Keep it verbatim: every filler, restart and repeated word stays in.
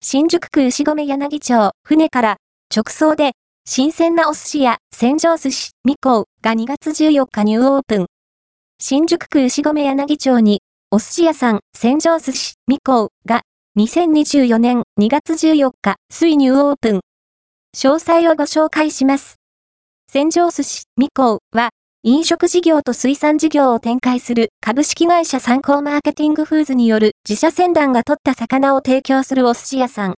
新宿区牛込柳町、船から直送で、新鮮なお寿司屋、船上寿司、みこうがにがつじゅうよっかニューオープン。新宿区牛込柳町に、お寿司屋さん、船上寿司、みこうが、にせんにじゅうよねんにがつじゅうよっか、水ニューオープン。詳細をご紹介します。船上寿司、みこうは、飲食事業と水産事業を展開する株式会社サンコーマーケティングフーズによる自社船団が取った魚を提供するお寿司屋さん。